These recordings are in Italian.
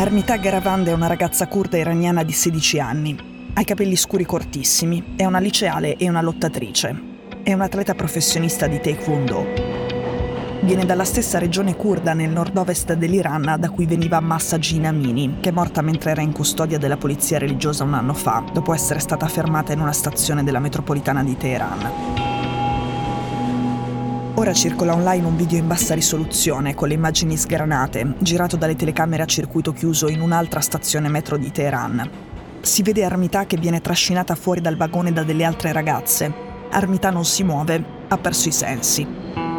Armità Garavand è una ragazza curda iraniana di 16 anni. Ha i capelli scuri cortissimi, è una liceale e una lottatrice. È un'atleta professionista di Taekwondo. Viene dalla stessa regione curda nel nord-ovest dell'Iran da cui veniva Mahsa Amini, che è morta mentre era in custodia della polizia religiosa un anno fa, dopo essere stata fermata in una stazione della metropolitana di Teheran. Ora circola online un video in bassa risoluzione con le immagini sgranate, girato dalle telecamere a circuito chiuso in un'altra stazione metro di Teheran. Si vede Armità che viene trascinata fuori dal vagone da delle altre ragazze. Armità non si muove, ha perso i sensi.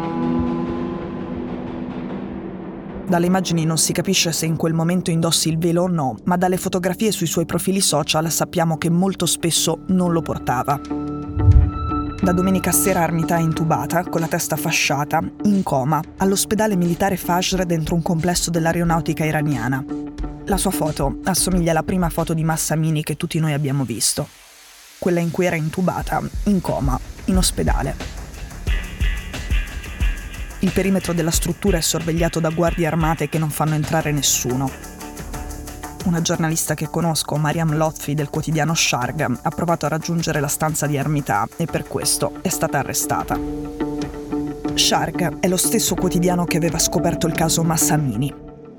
Dalle immagini non si capisce se in quel momento indossi il velo o no, ma dalle fotografie sui suoi profili social sappiamo che molto spesso non lo portava. Da domenica sera Armità è intubata, con la testa fasciata, in coma, all'ospedale militare Fajr dentro un complesso dell'aeronautica iraniana. La sua foto assomiglia alla prima foto di Mahsa Amini che tutti noi abbiamo visto. Quella in cui era intubata, in coma, in ospedale. Il perimetro della struttura è sorvegliato da guardie armate che non fanno entrare nessuno. Una giornalista che conosco, Mariam Lotfi del quotidiano Sharg, ha provato a raggiungere la stanza di Armità e per questo è stata arrestata. Sharg è lo stesso quotidiano che aveva scoperto il caso Mahsa Amini.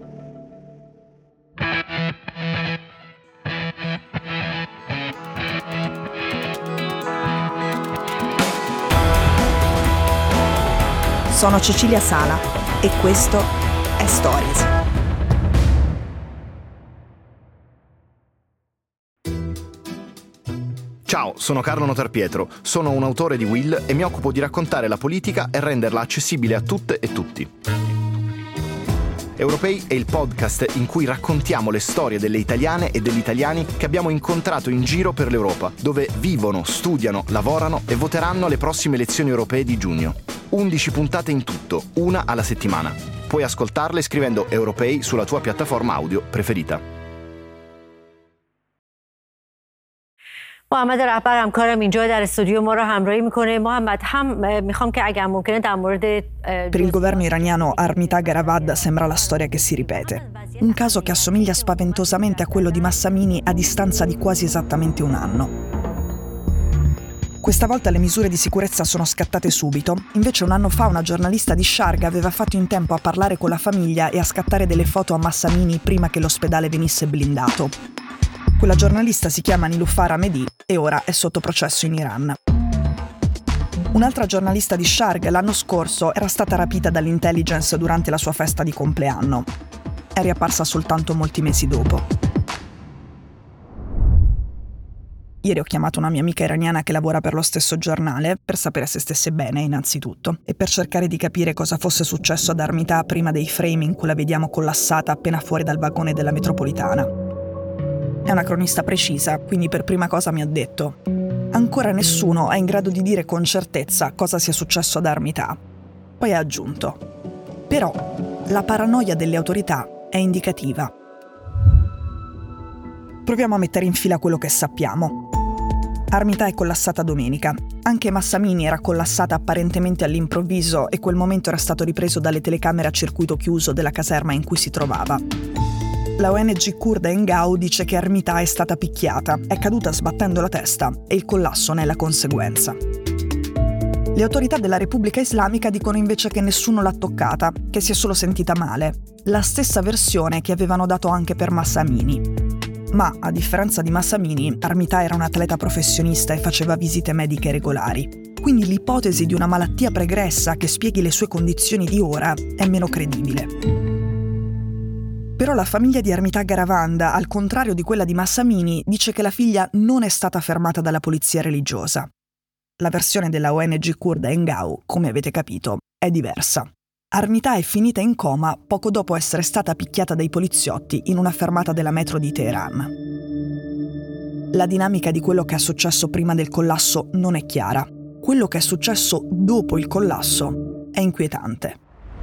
Sono Cecilia Sala e questo è Stories. Ciao, sono Carlo Notarpietro, sono un autore di Will e mi occupo di raccontare la politica e renderla accessibile a tutte e tutti. Europei è il podcast in cui raccontiamo le storie delle italiane e degli italiani che abbiamo incontrato in giro per l'Europa, dove vivono, studiano, lavorano e voteranno alle prossime elezioni europee di giugno. 11 puntate in tutto, una alla settimana. Puoi ascoltarle scrivendo Europei sulla tua piattaforma audio preferita. محمد رهبر همکارم اینجا در استودیو ما رو همراهی میکنه. محمد هم میخوام که اگر ممکنه در مورد Per il governo iraniano Armità Garavand sembra la storia che si ripete. Un caso che assomiglia spaventosamente a quello di Mahsa Amini a distanza di quasi esattamente un anno. Questa volta le misure di sicurezza sono scattate subito, invece un anno fa una giornalista di Sharg aveva fatto in tempo a parlare con la famiglia e a scattare delle foto a Mahsa Amini prima che l'ospedale venisse blindato. Quella giornalista si chiama Niloufar Hamedi e ora è sotto processo in Iran. Un'altra giornalista di Sharg l'anno scorso era stata rapita dall'intelligence durante la sua festa di compleanno. È riapparsa soltanto molti mesi dopo. Ieri ho chiamato una mia amica iraniana che lavora per lo stesso giornale per sapere se stesse bene innanzitutto e per cercare di capire cosa fosse successo ad Armità prima dei frame in cui la vediamo collassata appena fuori dal vagone della metropolitana. È una cronista precisa, quindi per prima cosa mi ha detto: ancora nessuno è in grado di dire con certezza cosa sia successo ad Armità. Poi ha aggiunto: però la paranoia delle autorità è indicativa. Proviamo a mettere in fila quello che sappiamo. Armità è collassata domenica. Anche Mahsa Amini era collassata apparentemente all'improvviso e quel momento era stato ripreso dalle telecamere a circuito chiuso della caserma in cui si trovava. La ONG curda Engao dice che Armità è stata picchiata, è caduta sbattendo la testa e il collasso ne è la conseguenza. Le autorità della Repubblica Islamica dicono invece che nessuno l'ha toccata, che si è solo sentita male. La stessa versione che avevano dato anche per Mahsa Amini. Ma, a differenza di Mahsa Amini, Armità era un atleta professionista e faceva visite mediche regolari. Quindi l'ipotesi di una malattia pregressa che spieghi le sue condizioni di ora è meno credibile. Però la famiglia di Armità Garavand, al contrario di quella di Mahsa Amini, dice che la figlia non è stata fermata dalla polizia religiosa. La versione della ONG curda Engao, come avete capito, è diversa. Armità è finita in coma poco dopo essere stata picchiata dai poliziotti in una fermata della metro di Teheran. La dinamica di quello che è successo prima del collasso non è chiara. Quello che è successo dopo il collasso è inquietante.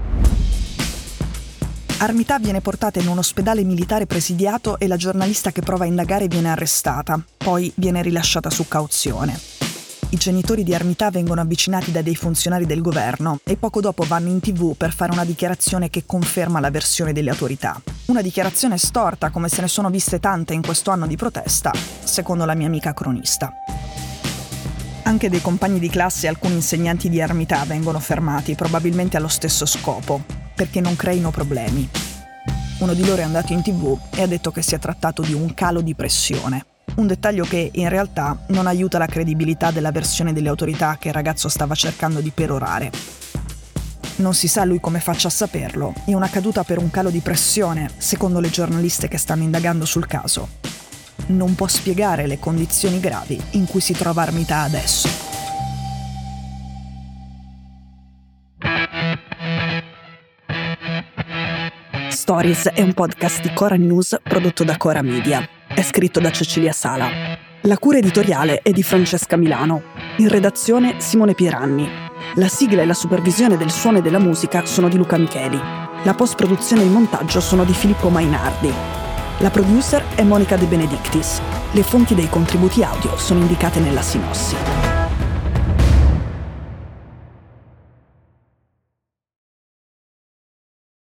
Armità viene portata in un ospedale militare presidiato e la giornalista che prova a indagare viene arrestata, poi viene rilasciata su cauzione. I genitori di Armità vengono avvicinati da dei funzionari del governo e poco dopo vanno in TV per fare una dichiarazione che conferma la versione delle autorità. Una dichiarazione storta, come se ne sono viste tante in questo anno di protesta, secondo la mia amica cronista. Anche dei compagni di classe e alcuni insegnanti di Ermità vengono fermati, probabilmente allo stesso scopo, perché non creino problemi. Uno di loro è andato in TV e ha detto che si è trattato di un calo di pressione. Un dettaglio che, in realtà, non aiuta la credibilità della versione delle autorità che il ragazzo stava cercando di perorare. Non si sa lui come faccia a saperlo. È una caduta per un calo di pressione, secondo le giornaliste che stanno indagando sul caso. Non può spiegare le condizioni gravi in cui si trova Ermità adesso. Stories è un podcast di Cora News prodotto da Cora Media. È scritto da Cecilia Sala. La cura editoriale è di Francesca Milano. In redazione Simone Pieranni. La sigla e la supervisione del suono e della musica sono di Luca Micheli. La post-produzione e il montaggio sono di Filippo Mainardi. La producer è Monica De Benedictis. Le fonti dei contributi audio sono indicate nella sinossi.